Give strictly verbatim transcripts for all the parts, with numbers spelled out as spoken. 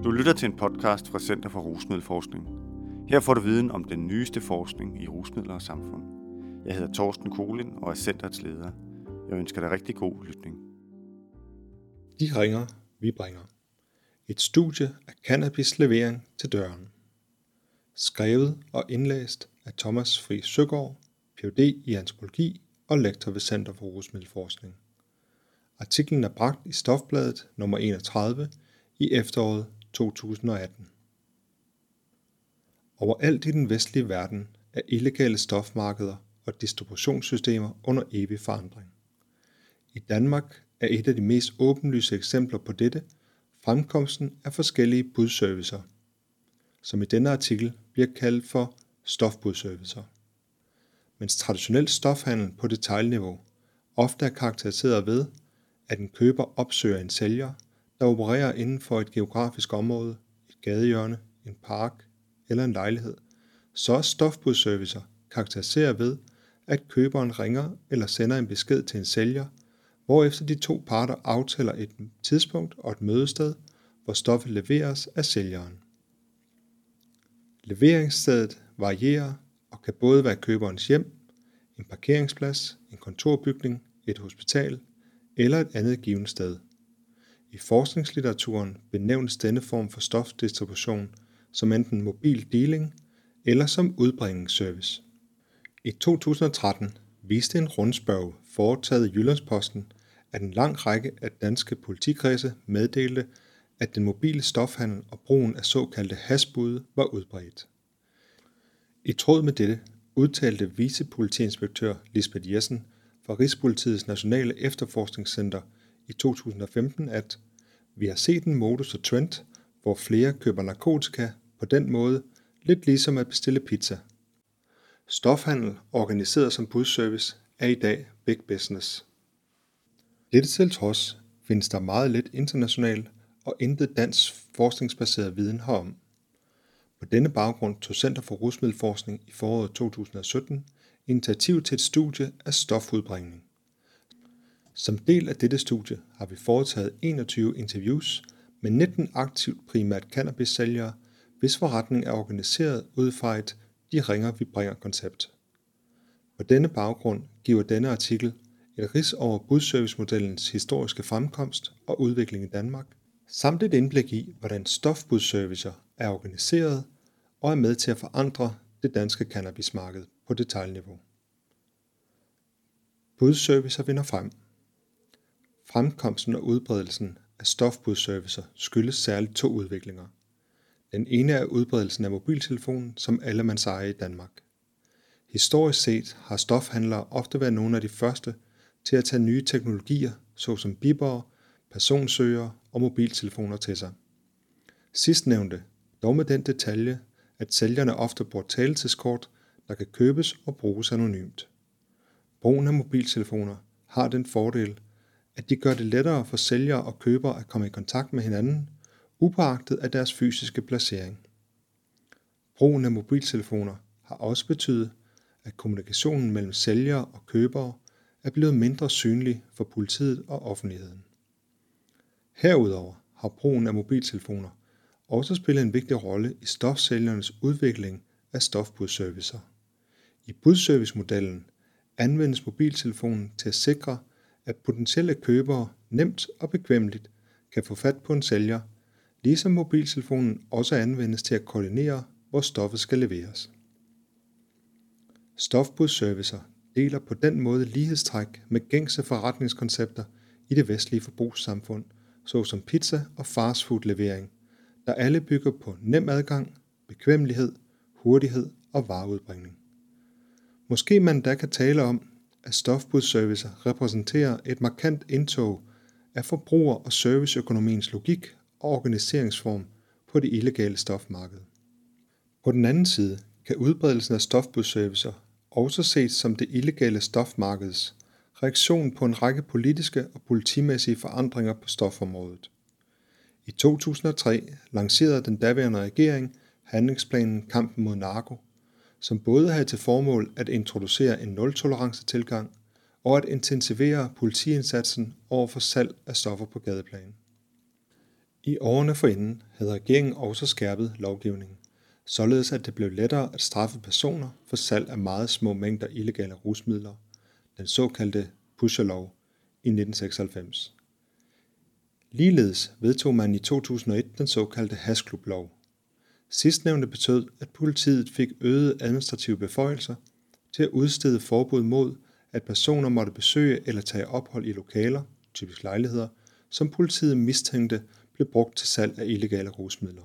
Du lytter til en podcast fra Center for Rusmiddelforskning. Her får du viden om den nyeste forskning i rusmidler og samfund. Jeg hedder Torsten Kolin og er centerets leder. Jeg ønsker dig rigtig god lytning. De ringer, vi bringer. Et studie af cannabis levering til døren. Skrevet og indlæst af Thomas Friis Søgaard, P H D i antropologi og lektor ved Center for Rusmiddelforskning. Artiklen er bragt i Stofbladet nummer enogtredive i efteråret to tusind og atten. Overalt i den vestlige verden er illegale stofmarkeder og distributionssystemer under evig forandring. I Danmark er et af de mest åbenlyse eksempler på dette fremkomsten af forskellige budservicer, som i denne artikel bliver kaldt for stofbudservicer. Mens traditionel stofhandel på detailniveau ofte er karakteriseret ved, at en køber opsøger en sælger, der opererer inden for et geografisk område, et gadehjørne, en park eller en lejlighed, så er stofbudservicer karakteriseret ved, at køberen ringer eller sender en besked til en sælger, hvorefter de to parter aftaler et tidspunkt og et mødested, hvor stoffet leveres af sælgeren. Leveringsstedet varierer og kan både være køberens hjem, en parkeringsplads, en kontorbygning, et hospital eller et andet givet sted. I forskningslitteraturen benævnes denne form for stofdistribution som enten mobil dealing eller som udbringningsservice. I to tusind og tretten viste en rundspørge foretaget i Jyllandsposten, at en lang række af danske politikredse meddelte, at den mobile stofhandel og brugen af såkaldte hashbude var udbredt. I tråd med dette udtalte vicepolitiinspektør Lisbeth Jessen fra Rigspolitiets Nationale Efterforskningscenter i to tusind og femten, at vi har set en modus og trend, hvor flere køber narkotika på den måde, lidt ligesom at bestille pizza. Stofhandel, organiseret som budservice, er i dag big business. Dette til trods findes der meget lidt international og intet dansk forskningsbaseret viden herom. På denne baggrund tog Center for Rusmiddelforskning i foråret to tusind og sytten initiativ til et studie af stofudbringning. Som del af dette studie har vi foretaget enogtyve interviews med nitten aktivt primært cannabis-sælgere, hvis forretning er organiseret ud fra et de ringer vi bringer koncept. På denne baggrund giver denne artikel et rids over budservicemodellens historiske fremkomst og udvikling i Danmark, samt et indblik i, hvordan stofbudservicer er organiseret og er med til at forandre det danske cannabismarked på detailniveau. Budservicer vinder frem. Fremkomsten og udbredelsen af stofbudservicer skyldes særligt to udviklinger. Den ene er udbredelsen af mobiltelefonen som allemandseje i Danmark. Historisk set har stofhandlere ofte været nogle af de første til at tage nye teknologier, såsom bipere, personsøgere og mobiltelefoner til sig. Sidstnævnte, dog med den detalje, at sælgerne ofte bruger taletidskort, der kan købes og bruges anonymt. Brugen af mobiltelefoner har den fordel, at de gør det lettere for sælgere og købere at komme i kontakt med hinanden, upåagtet af deres fysiske placering. Brugen af mobiltelefoner har også betydet, at kommunikationen mellem sælgere og købere er blevet mindre synlig for politiet og offentligheden. Herudover har brugen af mobiltelefoner også spillet en vigtig rolle i stofsælgernes udvikling af stofbudservicer. I budservicemodellen anvendes mobiltelefonen til at sikre, at potentielle købere nemt og bekvemmeligt kan få fat på en sælger, ligesom mobiltelefonen også anvendes til at koordinere, hvor stoffet skal leveres. Stofbudservicer deler på den måde lighedstræk med gængse forretningskoncepter i det vestlige forbrugssamfund, såsom pizza og fastfood-levering, der alle bygger på nem adgang, bekvemmelighed, hurtighed og vareudbringning. Måske man da kan tale om, at stofbudservicer repræsenterer et markant indtog af forbruger- og serviceøkonomiens logik og organiseringsform på det illegale stofmarked. På den anden side kan udbredelsen af stofbudservicer også ses som det illegale stofmarkeds reaktion på en række politiske og politimæssige forandringer på stofområdet. I to tusind og tre lancerede den daværende regering handlingsplanen Kampen mod narko, som både havde til formål at introducere en nul-tolerance-tilgang og at intensivere politiindsatsen over for salg af stoffer på gadeplan. I årene forinden havde regeringen også skærpet lovgivningen, således at det blev lettere at straffe personer for salg af meget små mængder illegale rusmidler, den såkaldte pusherlov i nitten seksoghalvfems. Ligeledes vedtog man i to tusind og et den såkaldte hashklublov. Sidstnævnte betød, at politiet fik øgede administrative beføjelser til at udstede forbud mod, at personer måtte besøge eller tage ophold i lokaler, typisk lejligheder, som politiet mistænkte blev brugt til salg af illegale rusmidler.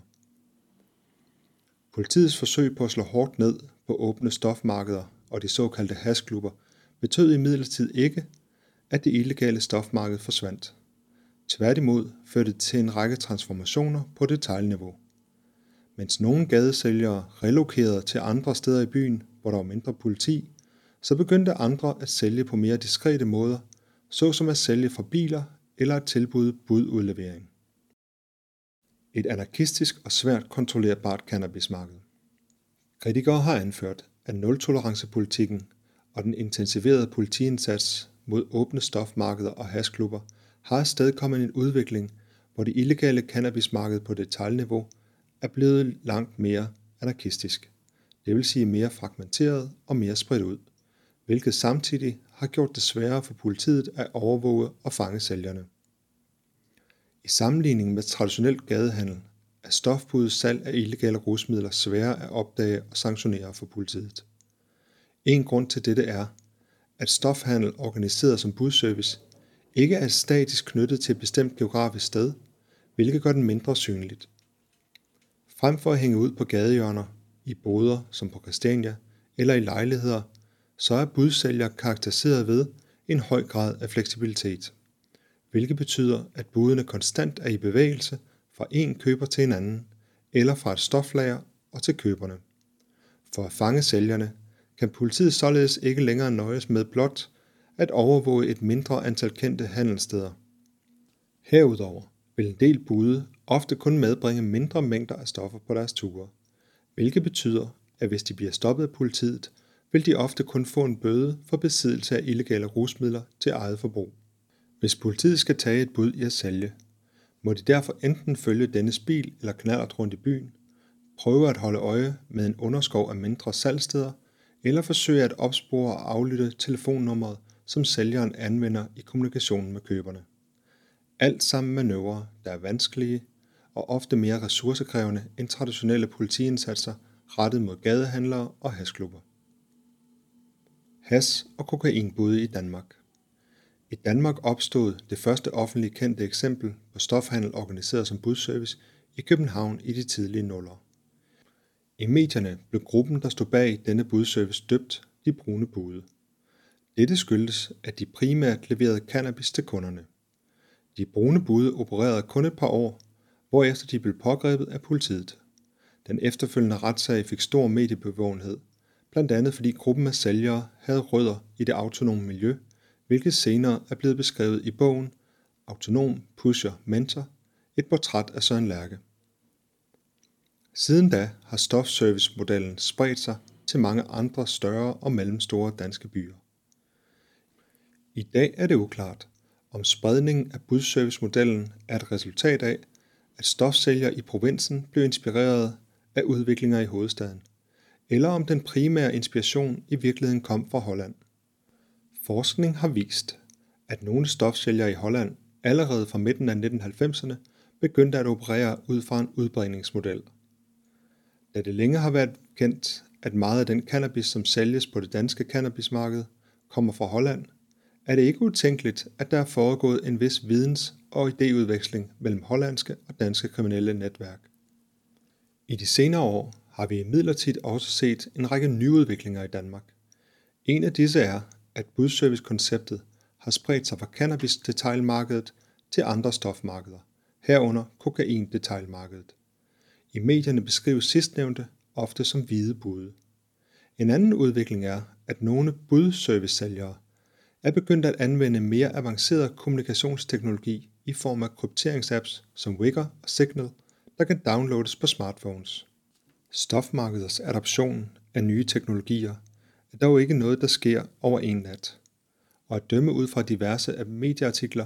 Politiets forsøg på at slå hårdt ned på åbne stofmarkeder og de såkaldte hashklubber betød imidlertid ikke, at det illegale stofmarked forsvandt. Tværtimod førte det til en række transformationer på detailniveau. Mens nogle gadesælgere relokerede til andre steder i byen, hvor der var mindre politi, så begyndte andre at sælge på mere diskrete måder, såsom at sælge fra biler eller at tilbyde bududlevering. Et anarkistisk og svært kontrollerbart cannabismarked. Kritikere har anført, at nul-tolerance-politikken og den intensiverede politiindsats mod åbne stofmarkeder og hashklubber har afstedkommet en udvikling, hvor det illegale cannabismarked på detailniveau er blevet langt mere anarkistisk, det vil sige mere fragmenteret og mere spredt ud, hvilket samtidig har gjort det sværere for politiet at overvåge og fange sælgerne. I sammenligning med traditionel gadehandel er stofbudets salg af illegale rusmidler sværere at opdage og sanktionere for politiet. En grund til dette er, at stofhandel organiseret som budservice ikke er statisk knyttet til et bestemt geografisk sted, hvilket gør den mindre synligt. Frem for at hænge ud på gadehjørner, i boder som på Christiania eller i lejligheder, så er budsælger karakteriseret ved en høj grad af fleksibilitet, hvilket betyder, at budene konstant er i bevægelse fra en køber til en anden, eller fra et stoflager og til køberne. For at fange sælgerne kan politiet således ikke længere nøjes med blot at overvåge et mindre antal kendte handelssteder. Herudover vil en del bude ofte kun medbringe mindre mængder af stoffer på deres ture, hvilket betyder, at hvis de bliver stoppet af politiet, vil de ofte kun få en bøde for besiddelse af illegale rusmidler til eget forbrug. Hvis politiet skal tage et bud i at sælge, må de derfor enten følge dennes bil eller knallert rundt i byen, prøve at holde øje med en underskov af mindre salgssteder, eller forsøge at opspore og aflytte telefonnummeret, som sælgeren anvender i kommunikationen med køberne. Alt sammen manøvrer, der er vanskelige og ofte mere ressourcekrævende end traditionelle politiindsatser rettet mod gadehandlere og hashklubber. Hash- og kokainbude i Danmark. I Danmark opstod det første offentligt kendte eksempel på stofhandel organiseret som budservice i København i de tidlige nuller. I medierne blev gruppen, der stod bag denne budservice, døbt de brune bude. Dette skyldtes, at de primært leverede cannabis til kunderne. De brune bude opererede kun et par år, hvorefter de blev pågrebet af politiet. Den efterfølgende retssag fik stor mediebevågenhed, blandt andet fordi gruppen af sælgere havde rødder i det autonome miljø, hvilket senere er blevet beskrevet i bogen Autonom Pusher Mentor, et portræt af Søren Lerche. Siden da har stofservice-modellen spredt sig til mange andre større og mellemstore danske byer. I dag er det uklart, om spredningen af budservice-modellen er et resultat af, at stofsælgere i provinsen blev inspireret af udviklinger i hovedstaden, eller om den primære inspiration i virkeligheden kom fra Holland. Forskning har vist, at nogle stofsælgere i Holland allerede fra midten af nitten halvfemserne begyndte at operere ud fra en udbringningsmodel. Da det længe har været kendt, at meget af den cannabis, som sælges på det danske cannabismarked, kommer fra Holland, er det ikke utænkeligt, at der er foregået en vis videns- og idéudveksling mellem hollandske og danske kriminelle netværk. I de senere år har vi imidlertid også set en række nyudviklinger i Danmark. En af disse er, at budservice-konceptet har spredt sig fra cannabis-detailmarkedet til andre stofmarkeder, herunder kokain-detailmarkedet. I medierne beskrives sidstnævnte ofte som hvide bude. En anden udvikling er, at nogle budservice-sælgere er begyndt at anvende mere avanceret kommunikationsteknologi i form af krypteringsapps som Wickr og Signal, der kan downloades på smartphones. Stofmarkeders adoption af nye teknologier er dog ikke noget, der sker over en nat, og at dømme ud fra diverse af medieartikler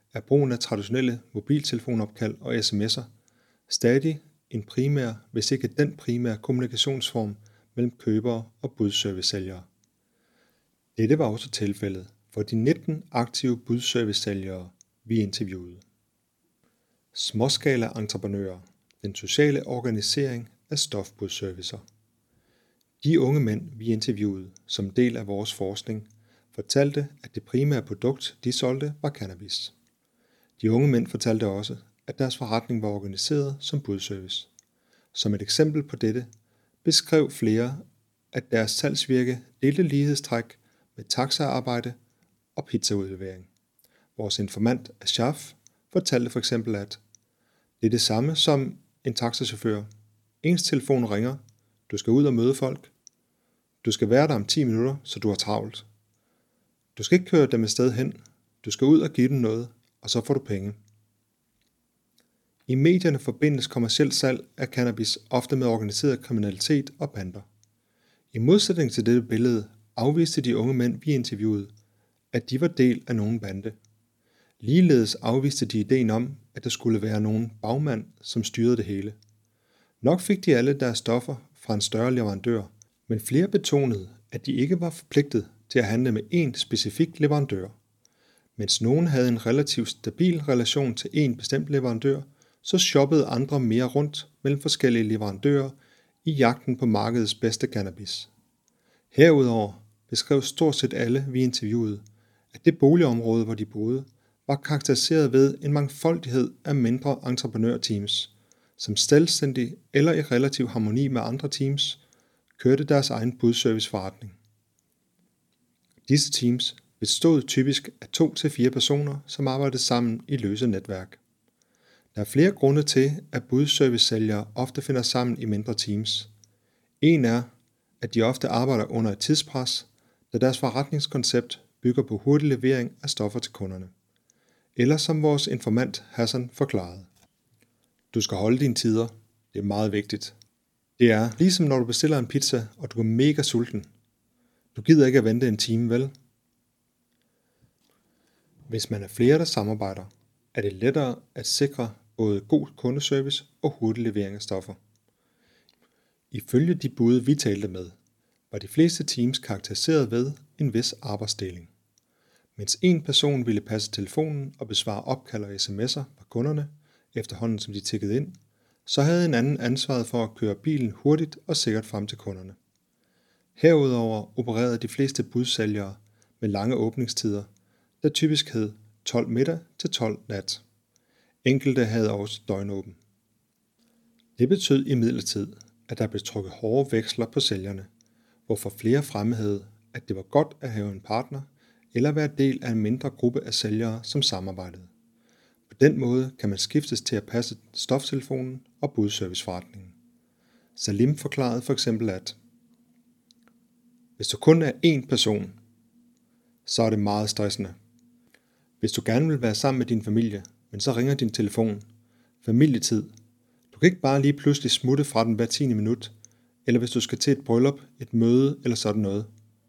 er brugen af traditionelle mobiltelefonopkald og sms'er stadig en primær, hvis ikke den primære kommunikationsform mellem købere og budservice-sælgere. Dette var også tilfældet for de nitten aktive budservice-sælgere, vi interviewede. Småskala-entreprenører, den sociale organisering af stofbudservicer. De unge mænd, vi interviewede som del af vores forskning, fortalte, at det primære produkt, de solgte, var cannabis. De unge mænd fortalte også, at deres forretning var organiseret som budservice. Som et eksempel på dette beskrev flere, at deres salgsvirke delte lighedstræk med taxaarbejde og pizzaudlevering. Vores informant Ashraf fortalte for eksempel, at det er det samme som en taxachauffør. Ens telefon ringer, du skal ud og møde folk. Du skal være der om ti minutter, så du har travlt. Du skal ikke køre dem et sted hen. Du skal ud og give dem noget, og så får du penge. I medierne forbindes kommercielt salg af cannabis ofte med organiseret kriminalitet og bander. I modsætning til dette billede afviste de unge mænd, vi interviewede, at de var del af nogen bande. Ligeledes afviste de ideen om, at der skulle være nogen bagmand, som styrede det hele. Nok fik de alle deres stoffer fra en større leverandør, men flere betonede, at de ikke var forpligtet til at handle med én specifik leverandør. Mens nogen havde en relativt stabil relation til en bestemt leverandør, så shoppede andre mere rundt mellem forskellige leverandører i jagten på markedets bedste cannabis. Herudover beskrev stort set alle, vi interviewede, at det boligområde, hvor de boede, var karakteriseret ved en mangfoldighed af mindre entreprenørteams, som selvstændig eller i relativ harmoni med andre teams, kørte deres egen budserviceforretning. Disse teams bestod typisk af to til fire personer, som arbejdede sammen i løse netværk. Der er flere grunde til, at budservice-sælgere ofte finder sammen i mindre teams. En er, at de ofte arbejder under et tidspres, da deres forretningskoncept bygger på hurtig levering af stoffer til kunderne. Eller som vores informant Hassan forklarede. Du skal holde dine tider. Det er meget vigtigt. Det er ligesom når du bestiller en pizza, og du er mega sulten. Du gider ikke at vente en time, vel? Hvis man er flere, der samarbejder, er det lettere at sikre både god kundeservice og hurtig levering af stoffer. Ifølge de bud, vi talte med, var de fleste teams karakteriseret ved en vis arbejdsdeling. Mens en person ville passe telefonen og besvare opkald og sms'er fra kunderne, efterhånden som de tikkede ind, så havde en anden ansvaret for at køre bilen hurtigt og sikkert frem til kunderne. Herudover opererede de fleste budsælgere med lange åbningstider, der typisk hed tolv middag til tolv nat. Enkelte havde også døgnåben. Det betød imidlertid, at der blev trukket hårde veksler på sælgerne, hvorfor flere fremhævede, at det var godt at have en partner eller være del af en mindre gruppe af sælgere, som samarbejdede. På den måde kan man skiftes til at passe stoftelefonen og budserviceforretningen. Salim forklarede for eksempel, at hvis du kun er én person, så er det meget stressende. Hvis du gerne vil være sammen med din familie, men så ringer din telefon. Familietid. Du kan ikke bare lige pludselig smutte fra den hver tiende minut, eller hvis du skal til et bryllup, et møde eller sådan noget.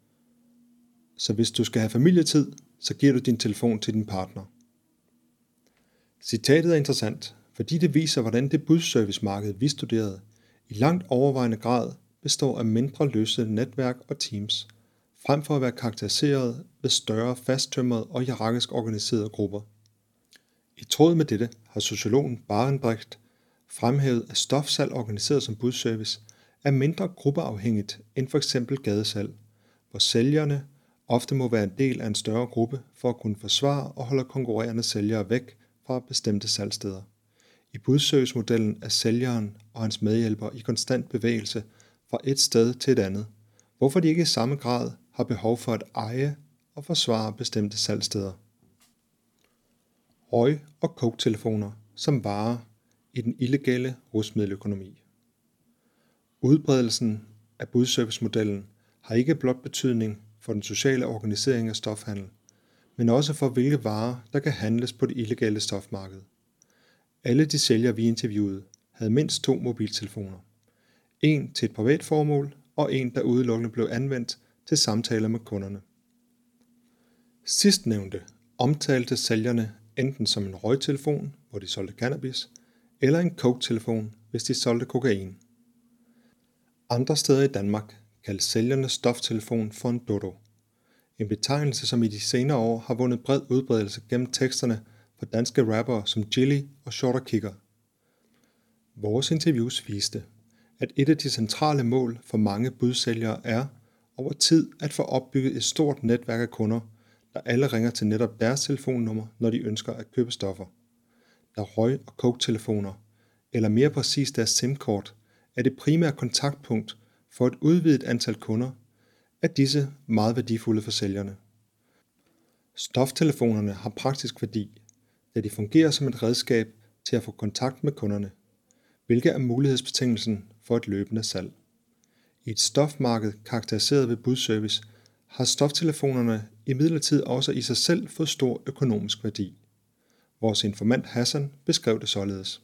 Så hvis du skal have familietid, så giver du din telefon til din partner. Citatet er interessant, fordi det viser, hvordan det budservicemarked, vi studerede, i langt overvejende grad består af mindre løse netværk og teams, frem for at være karakteriseret ved større fasttømrede og hierarkisk organiserede grupper. I tråd med dette har sociologen Barenbrecht fremhævet, at stofsalg organiseret som budservice er mindre gruppeafhængigt end f.eks. gadesalg, hvor sælgerne ofte må være en del af en større gruppe for at kunne forsvare og holde konkurrerende sælgere væk fra bestemte salgssteder. I budservice-modellen er sælgeren og hans medhjælper i konstant bevægelse fra et sted til et andet, hvorfor de ikke i samme grad har behov for at eje og forsvare bestemte salgssteder. Røg- og coke-telefoner som varer i den illegale rusmiddeløkonomi. Udbredelsen af budservice-modellen har ikke blot betydning for den sociale organisering af stofhandel, men også for hvilke varer, der kan handles på det illegale stofmarked. Alle de sælgere, vi interviewede, havde mindst to mobiltelefoner. En til et privat formål, og en, der udelukkende blev anvendt til samtaler med kunderne. Sidstnævnte omtalte sælgerne enten som en røgtelefon, hvor de solgte cannabis, eller en coke-telefon, hvis de solgte kokain. Andre steder i Danmark kaldes sælgerne stoftelefon for en dodo. En betegnelse, som i de senere år har vundet bred udbredelse gennem teksterne fra danske rappere som Jilly og Shorter Kigger. Vores interviews viste, at et af de centrale mål for mange budsælgere er over tid at få opbygget et stort netværk af kunder, der alle ringer til netop deres telefonnummer, når de ønsker at købe stoffer. Da røg- og coke-telefoner, eller mere præcis deres SIM-kort, er det primære kontaktpunkt for et udvidet antal kunder, er disse meget værdifulde for sælgerne. Stoftelefonerne har praktisk værdi, da de fungerer som et redskab til at få kontakt med kunderne, hvilket er mulighedsbetingelsen for et løbende salg. I et stofmarked karakteriseret ved budservice har stoftelefonerne imidlertid også i sig selv fået stor økonomisk værdi. Vores informant Hassan beskrev det således.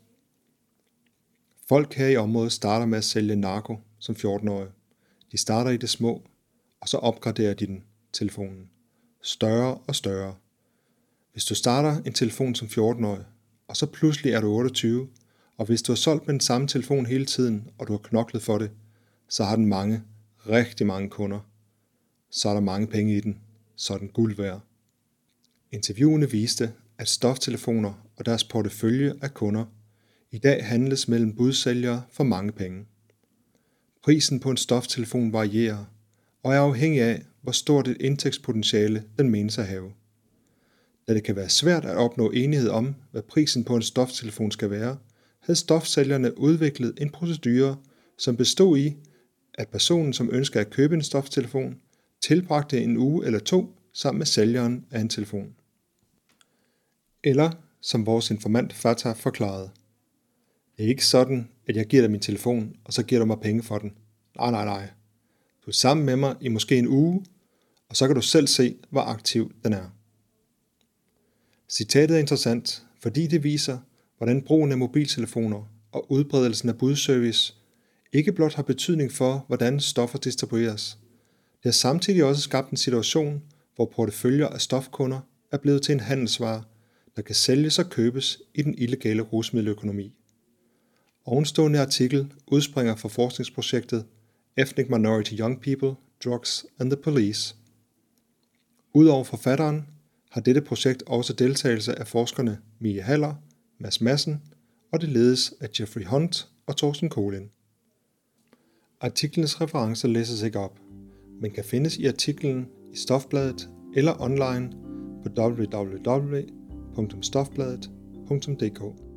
Folk her i området starter med at sælge narko som fjorten-årige. De starter i det små, og så opgraderer de den, telefonen. Større og større. Hvis du starter en telefon som fjorten-årig, og så pludselig er du otteogtyve, og hvis du har solgt med den samme telefon hele tiden, og du har knoklet for det, så har den mange, rigtig mange kunder. Så er der mange penge i den, så er den guld værd. Interviewene viste, at stoftelefoner og deres portefølje af kunder i dag handles mellem budsælgere for mange penge. Prisen på en stoftelefon varierer, og er afhængig af, hvor stort et indtægtspotentiale den menes at have. Da det kan være svært at opnå enighed om, hvad prisen på en stoftelefon skal være, havde stofsælgerne udviklet en procedure, som bestod i, at personen, som ønsker at købe en stoftelefon, tilbragte en uge eller to sammen med sælgeren af en telefon. Eller, som vores informant Fatah forklarede, det er ikke sådan, at jeg giver dig min telefon, og så giver du mig penge for den. Nej, nej, nej. Du er sammen med mig i måske en uge, og så kan du selv se, hvor aktiv den er. Citatet er interessant, fordi det viser, hvordan brugen af mobiltelefoner og udbredelsen af budservice ikke blot har betydning for, hvordan stoffer distribueres. Det har samtidig også skabt en situation, hvor porteføljer af stofkunder er blevet til en handelsvare, der kan sælges og købes i den illegale rusmiddeløkonomi. Ovenstående artikel udspringer fra forskningsprojektet Ethnic Minority Young People, Drugs and the Police. Udover forfatteren har dette projekt også deltagelse af forskerne Mie Haller, Mads Madsen, og det ledes af Jeffrey Hunt og Torsten Kålin. Artiklens referencer læses ikke op, men kan findes i artiklen i Stofbladet eller online på w w w punktum stofbladet punktum d k.